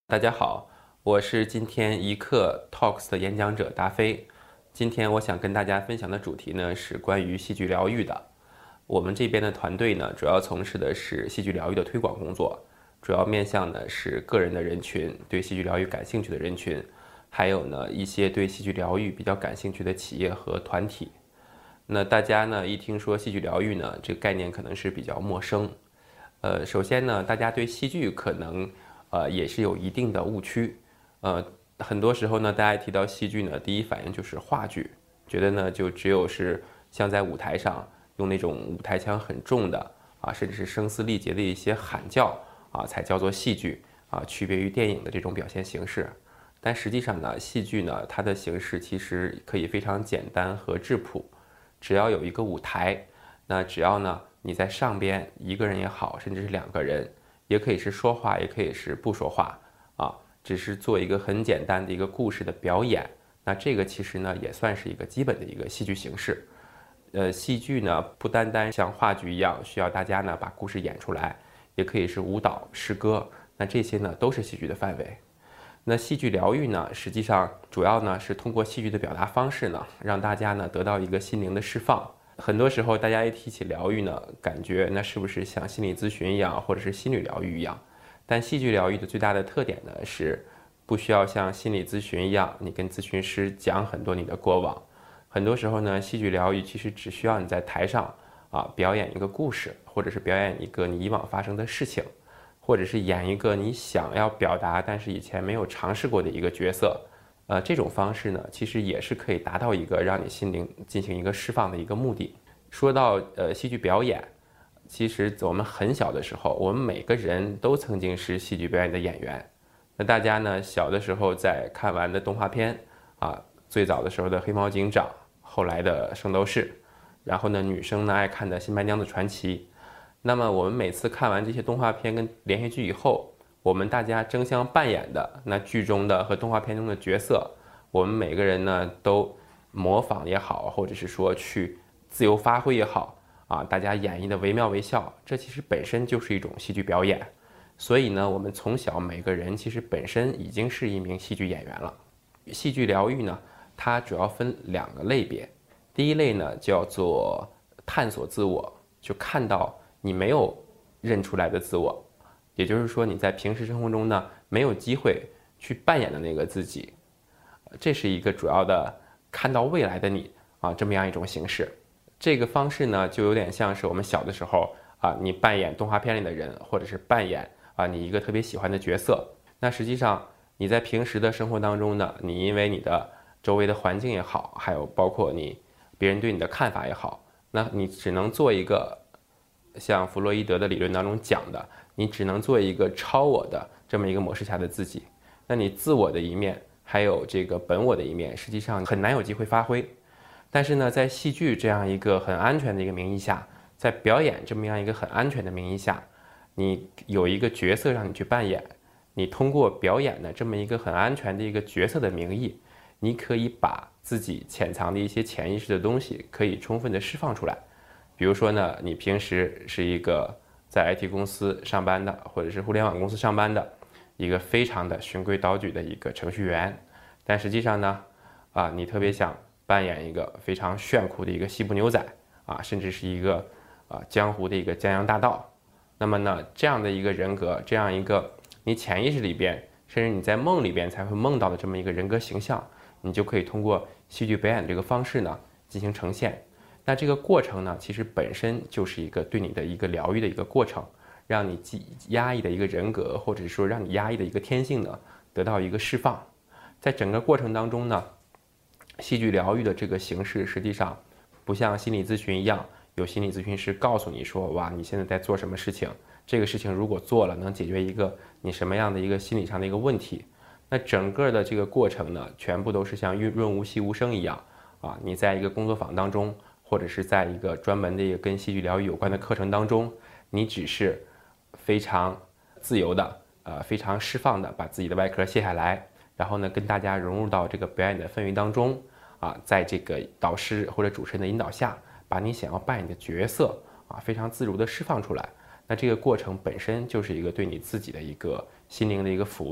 大家好，我是今天一课 Talks 的演讲者达飞。今天我想跟大家分享的主题呢是关于戏剧疗愈的。我们这边的团队呢，主要从事的是戏剧疗愈的推广工作，主要面向的是个人的人群，对戏剧疗愈感兴趣的人群，还有呢一些对戏剧疗愈比较感兴趣的企业和团体。那大家呢一听说戏剧疗愈呢，这个概念可能是比较陌生。首先呢，大家对戏剧可能也是有一定的误区。很多时候呢，大家提到戏剧呢，第一反应就是话剧，觉得呢就只有是像在舞台上用那种舞台腔很重的甚至是声嘶力竭的一些喊叫才叫做戏剧区别于电影的这种表现形式。但实际上呢，戏剧呢它的形式其实可以非常简单和质朴，只要有一个舞台，那只要呢你在上边一个人也好，甚至是两个人，也可以是说话，也可以是不说话只是做一个很简单的一个故事的表演。那这个其实呢也算是一个基本的一个戏剧形式。戏剧呢不单单像话剧一样需要大家呢把故事演出来，也可以是舞蹈、诗歌，那这些呢都是戏剧的范围。那戏剧疗愈呢，实际上主要呢是通过戏剧的表达方式呢，让大家呢得到一个心灵的释放。很多时候大家一提起疗愈呢，感觉那是不是像心理咨询一样，或者是心理疗愈一样？但戏剧疗愈的最大的特点呢是，不需要像心理咨询一样，你跟咨询师讲很多你的过往。很多时候呢，戏剧疗愈其实只需要你在台上表演一个故事，或者是表演一个你以往发生的事情，或者是演一个你想要表达但是以前没有尝试过的一个角色。这种方式呢，其实也是可以达到一个让你心灵进行一个释放的一个目的。说到戏剧表演，其实我们很小的时候，我们每个人都曾经是戏剧表演的演员。那大家呢，小的时候在看完的动画片最早的时候的黑猫警长，后来的圣斗士，然后呢，女生呢爱看的新白娘子传奇。那么我们每次看完这些动画片跟连续剧以后，我们大家争相扮演的那剧中的和动画片中的角色，我们每个人呢都模仿也好，或者是说去自由发挥也好大家演绎的惟妙惟肖，这其实本身就是一种戏剧表演。所以呢，我们从小每个人其实本身已经是一名戏剧演员了。戏剧疗愈呢，它主要分两个类别。第一类呢叫做探索自我，就看到你没有认出来的自我，也就是说你在平时生活中呢没有机会去扮演的那个自己，这是一个主要的看到未来的你这么样一种形式。这个方式呢就有点像是我们小的时候你扮演动画片里的人，或者是扮演你一个特别喜欢的角色。那实际上你在平时的生活当中呢，你因为你的周围的环境也好，还有包括别人对你的看法也好，那你只能做一个像弗洛伊德的理论当中讲的，你只能做一个超我的这么一个模式下的自己。那你自我的一面还有这个本我的一面，实际上很难有机会发挥。但是呢，在戏剧这样一个很安全的一个名义下，在表演这么样一个很安全的名义下，你有一个角色让你去扮演，你通过表演的这么一个很安全的一个角色的名义，你可以把自己潜藏的一些潜意识的东西可以充分的释放出来。比如说呢，你平时是一个在 IT 公司上班的，或者是互联网公司上班的一个非常的循规蹈矩的一个程序员，但实际上呢你特别想扮演一个非常炫酷的一个西部牛仔甚至是一个江湖的一个江洋大盗。那么呢，这样的一个人格，这样一个你潜意识里边，甚至你在梦里边才会梦到的这么一个人格形象，你就可以通过戏剧表演这个方式呢进行呈现。那这个过程呢，其实本身就是一个对你的一个疗愈的一个过程，让你压抑的一个人格，或者说让你压抑的一个天性呢，得到一个释放。在整个过程当中呢，戏剧疗愈的这个形式实际上不像心理咨询一样，有心理咨询师告诉你说，哇，你现在在做什么事情，这个事情如果做了能解决一个你什么样的一个心理上的一个问题。那整个的这个过程呢，全部都是像润物细无声一样你在一个工作坊当中，或者是在一个专门的一个跟戏剧疗愈有关的课程当中，你只是非常自由的非常释放的把自己的外壳卸下来，然后呢跟大家融入到这个表演的氛围当中在这个导师或者主持人的引导下，把你想要扮演的角色非常自如的释放出来。那这个过程本身就是一个对你自己的一个心灵的一个抚慰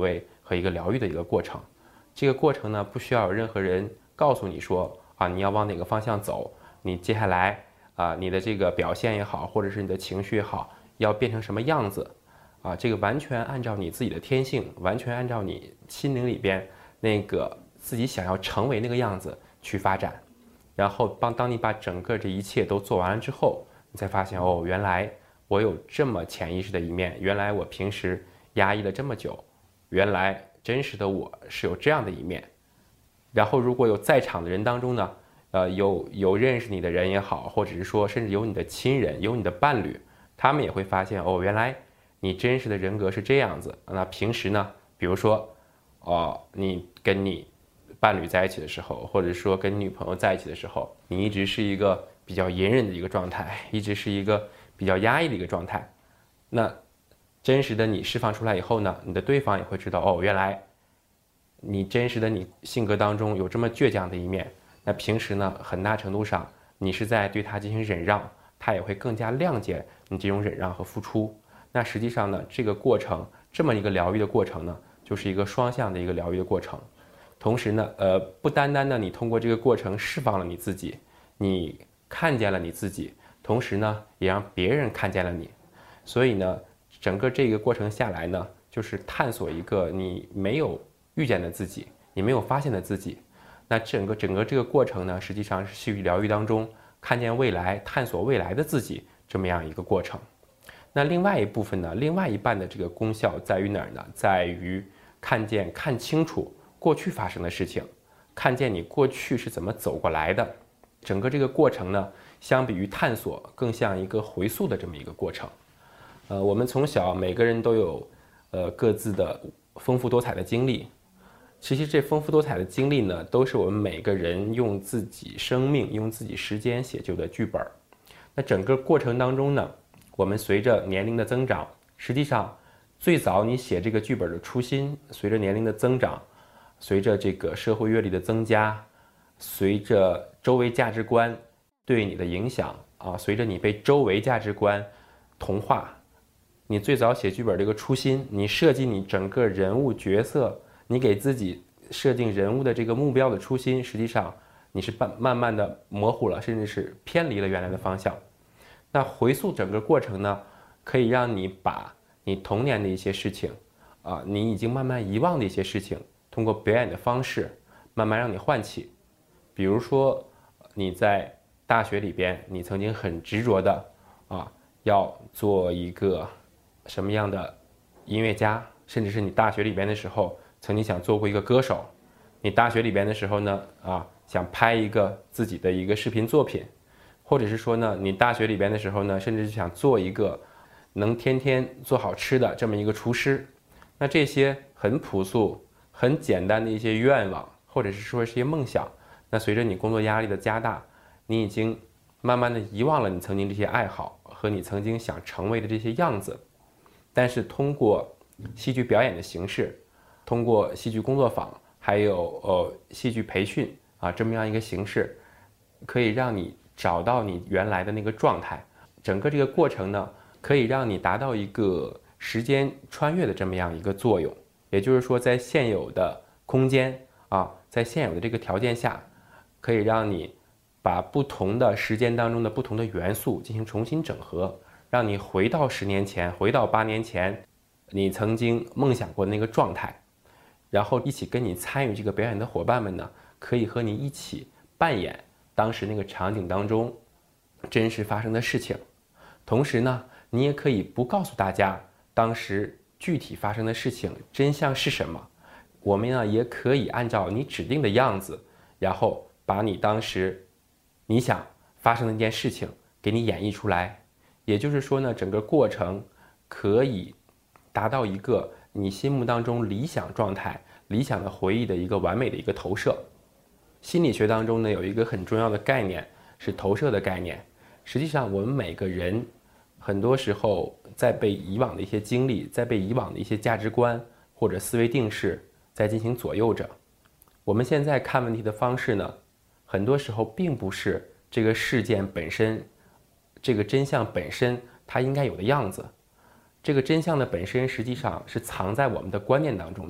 和一个疗愈的一个过程。这个过程呢，不需要有任何人告诉你说啊，你要往哪个方向走，你接下来你的这个表现也好，或者是你的情绪也好，要变成什么样子这个完全按照你自己的天性，完全按照你心灵里边那个自己想要成为那个样子去发展。然后当你把整个这一切都做完了之后，你才发现哦，原来我有这么潜意识的一面，原来我平时压抑了这么久，原来真实的我是有这样的一面。然后如果有在场的人当中呢，有认识你的人也好，或者是说甚至有你的亲人，有你的伴侣，他们也会发现哦，原来你真实的人格是这样子。那平时呢，比如说你跟你伴侣在一起的时候，或者说跟女朋友在一起的时候，你一直是一个比较隐忍的一个状态，一直是一个比较压抑的一个状态。那真实的你释放出来以后呢，你的对方也会知道哦，原来你真实的你性格当中有这么倔强的一面。那平时呢，很大程度上你是在对他进行忍让，他也会更加谅解你这种忍让和付出。那实际上呢，这个过程，这么一个疗愈的过程呢，就是一个双向的一个疗愈的过程。同时呢，不单单的你通过这个过程释放了你自己，你看见了你自己，同时呢，也让别人看见了你。所以呢，整个这个过程下来呢，就是探索一个你没有遇见的自己，你没有发现的自己。那整个这个过程呢，实际上是戏剧疗愈当中看见未来、探索未来的自己这么样一个过程。那另外一部分呢，另外一半的这个功效在于哪儿呢？在于看清楚过去发生的事情，看见你过去是怎么走过来的。整个这个过程呢，相比于探索，更像一个回溯的这么一个过程。我们从小每个人都有各自的丰富多彩的经历。其实这丰富多彩的经历呢，都是我们每个人用自己生命、用自己时间写就的剧本。那整个过程当中呢，我们随着年龄的增长，实际上最早你写这个剧本的初心，随着年龄的增长，随着这个社会阅历的增加，随着周围价值观对你的影响随着你被周围价值观同化，你最早写剧本这个初心，你设计你整个人物角色，你给自己设定人物的这个目标的初心，实际上你是慢慢的模糊了，甚至是偏离了原来的方向。那回溯整个过程呢，可以让你把你童年的一些事情你已经慢慢遗忘的一些事情，通过表演的方式慢慢让你唤起。比如说你在大学里边，你曾经很执着的要做一个什么样的音乐家，甚至是你大学里边的时候曾经想做过一个歌手，你大学里边的时候呢想拍一个自己的一个视频作品，或者是说呢，你大学里边的时候呢，甚至是想做一个能天天做好吃的这么一个厨师。那这些很朴素、很简单的一些愿望，或者是说是一些梦想，那随着你工作压力的加大，你已经慢慢的遗忘了你曾经这些爱好和你曾经想成为的这些样子。但是通过戏剧表演的形式，通过戏剧工作坊，还有戏剧培训这么样一个形式，可以让你找到你原来的那个状态。整个这个过程呢，可以让你达到一个时间穿越的这么样一个作用。也就是说，在现有的空间在现有的这个条件下，可以让你把不同的时间当中的不同的元素进行重新整合，让你回到10年前，回到8年前你曾经梦想过的那个状态。然后一起跟你参与这个表演的伙伴们呢，可以和你一起扮演当时那个场景当中真实发生的事情。同时呢，你也可以不告诉大家当时具体发生的事情真相是什么，我们呢也可以按照你指定的样子，然后把你当时你想发生的一件事情给你演绎出来。也就是说呢，整个过程可以达到一个你心目当中理想状态、理想的回忆的一个完美的一个投射。心理学当中呢，有一个很重要的概念是投射的概念。实际上我们每个人很多时候在被以往的一些经历，在被以往的一些价值观或者思维定式在进行左右着。我们现在看问题的方式呢，很多时候并不是这个事件本身，这个真相本身它应该有的样子。这个真相的本身实际上是藏在我们的观念当中的。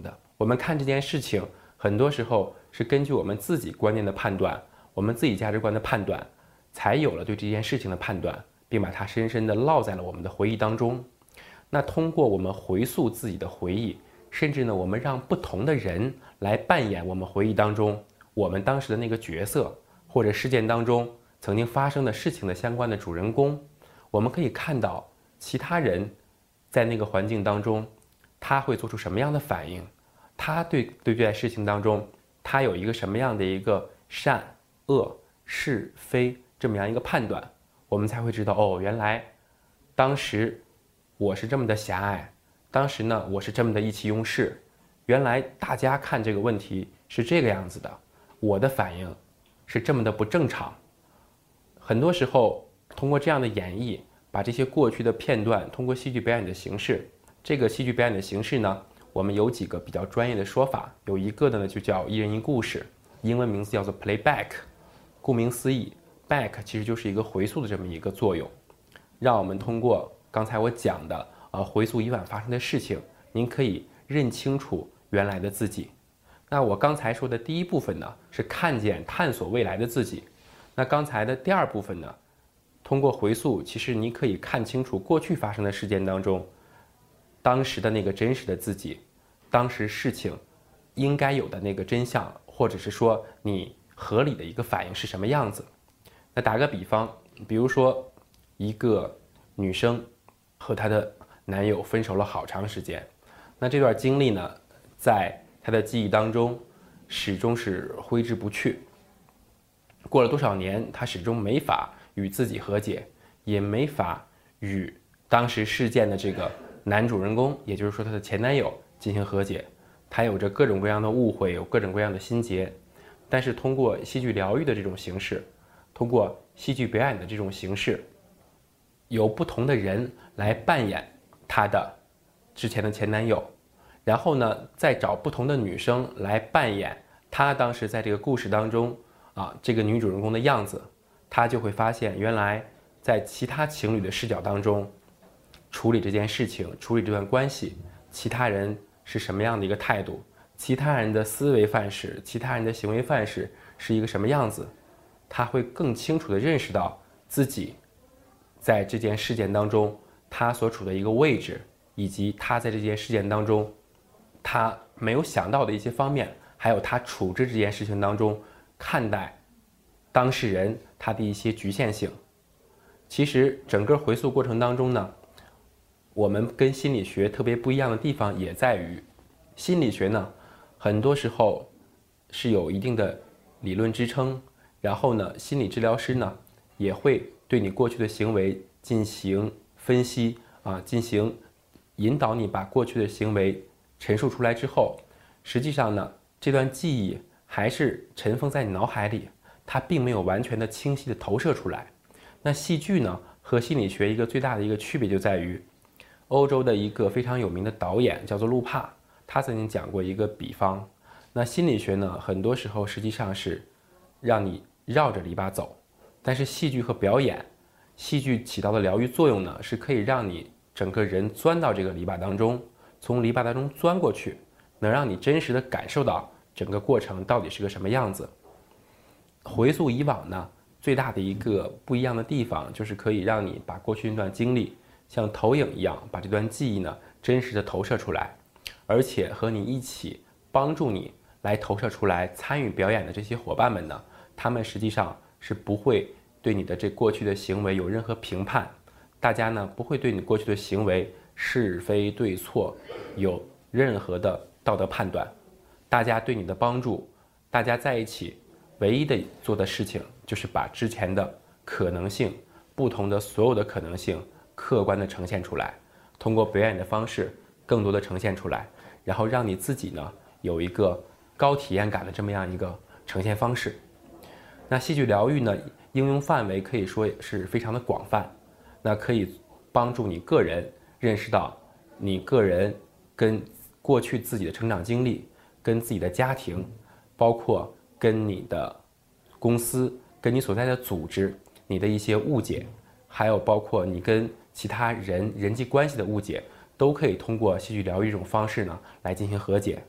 我们看这件事情，很多时候是根据我们自己观念的判断，我们自己价值观的判断，才有了对这件事情的判断，并把它深深地烙在了我们的回忆当中。那通过我们回溯自己的回忆，甚至呢，我们让不同的人来扮演我们回忆当中我们当时的那个角色，或者事件当中曾经发生的事情的相关的主人公，我们可以看到其他人在那个环境当中，他会做出什么样的反应，他对待事情当中，他有一个什么样的一个善恶是非这么样一个判断，我们才会知道哦，原来当时我是这么的狭隘，当时呢我是这么的意气用事，原来大家看这个问题是这个样子的，我的反应是这么的不正常。很多时候通过这样的演绎，把这些过去的片段通过戏剧表演的形式，这个戏剧表演的形式呢，我们有几个比较专业的说法，有一个的呢就叫一人一故事，英文名字叫做 playback。 顾名思义， back 其实就是一个回溯的这么一个作用，让我们通过刚才我讲的回溯以往发生的事情，您可以认清楚原来的自己。那我刚才说的第一部分呢，是看见探索未来的自己。那刚才的第二部分呢，通过回溯，其实你可以看清楚过去发生的事件当中，当时的那个真实的自己，当时事情应该有的那个真相，或者是说你合理的一个反应是什么样子。那打个比方，比如说一个女生和她的男友分手了好长时间，那这段经历呢，在她的记忆当中始终是挥之不去。过了多少年，她始终没法与自己和解，也没法与当时事件的这个男主人公，也就是说她的前男友进行和解。她有着各种各样的误会，有各种各样的心结，但是通过戏剧疗愈的这种形式，通过戏剧表演的这种形式，由不同的人来扮演她的之前的前男友，然后呢，再找不同的女生来扮演她当时在这个故事当中这个女主人公的样子，她就会发现，原来在其他情侣的视角当中，处理这件事情，处理这段关系，其他人是什么样的一个态度，其他人的思维范式，其他人的行为范式是一个什么样子，她会更清楚地认识到自己在这件事件当中她所处的一个位置，以及她在这件事件当中她没有想到的一些方面，还有她处置这件事情当中看待当事人他的一些局限性。其实整个回溯过程当中呢，我们跟心理学特别不一样的地方也在于，心理学呢很多时候是有一定的理论支撑，然后呢心理治疗师呢也会对你过去的行为进行分析进行引导，你把过去的行为陈述出来之后，实际上呢这段记忆还是尘封在你脑海里，它并没有完全的清晰的投射出来。那戏剧呢和心理学一个最大的一个区别就在于，欧洲的一个非常有名的导演叫做路帕，他曾经讲过一个比方，那心理学呢很多时候实际上是让你绕着篱笆走，但是戏剧和表演，戏剧起到的疗愈作用呢是可以让你整个人钻到这个篱笆当中，从篱笆当中钻过去，能让你真实的感受到整个过程到底是个什么样子。回溯以往呢，最大的一个不一样的地方就是可以让你把过去那段经历像投影一样，把这段记忆呢真实的投射出来，而且和你一起帮助你来投射出来参与表演的这些伙伴们呢，他们实际上是不会对你的这过去的行为有任何评判，大家呢不会对你过去的行为是非对错有任何的道德判断，大家对你的帮助，大家在一起唯一的做的事情就是把之前的可能性，不同的所有的可能性客观的呈现出来，通过表演的方式更多的呈现出来，然后让你自己呢有一个高体验感的这么样一个呈现方式。那戏剧疗愈呢应用范围可以说是非常的广泛，那可以帮助你个人认识到你个人跟过去自己的成长经历，跟自己的家庭，包括跟你的公司，跟你所在的组织，你的一些误解，还有包括你跟其他人际关系的误解，都可以通过戏剧疗愈这种方式呢来进行和解。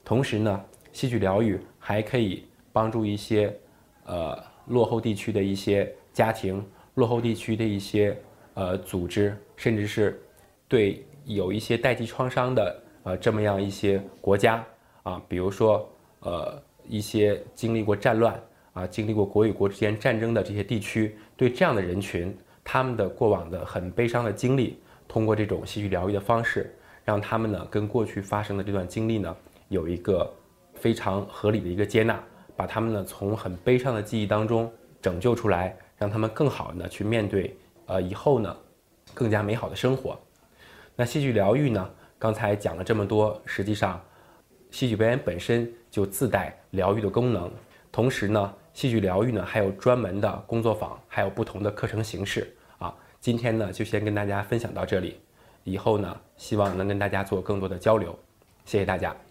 同时呢，戏剧疗愈还可以帮助一些落后地区的一些家庭、落后地区的一些组织，甚至是对有一些代际创伤的这么样一些国家啊，比如说一些经历过战乱啊、经历过国与国之间战争的这些地区，对这样的人群，他们的过往的很悲伤的经历，通过这种戏剧疗愈的方式，让他们呢跟过去发生的这段经历呢有一个非常合理的一个接纳，把他们呢从很悲伤的记忆当中拯救出来，让他们更好的去面对以后呢更加美好的生活。那戏剧疗愈呢，刚才讲了这么多，实际上戏剧表演本身就自带疗愈的功能，同时呢，戏剧疗愈呢还有专门的工作坊，还有不同的课程形式啊。今天呢就先跟大家分享到这里，以后呢希望能跟大家做更多的交流，谢谢大家。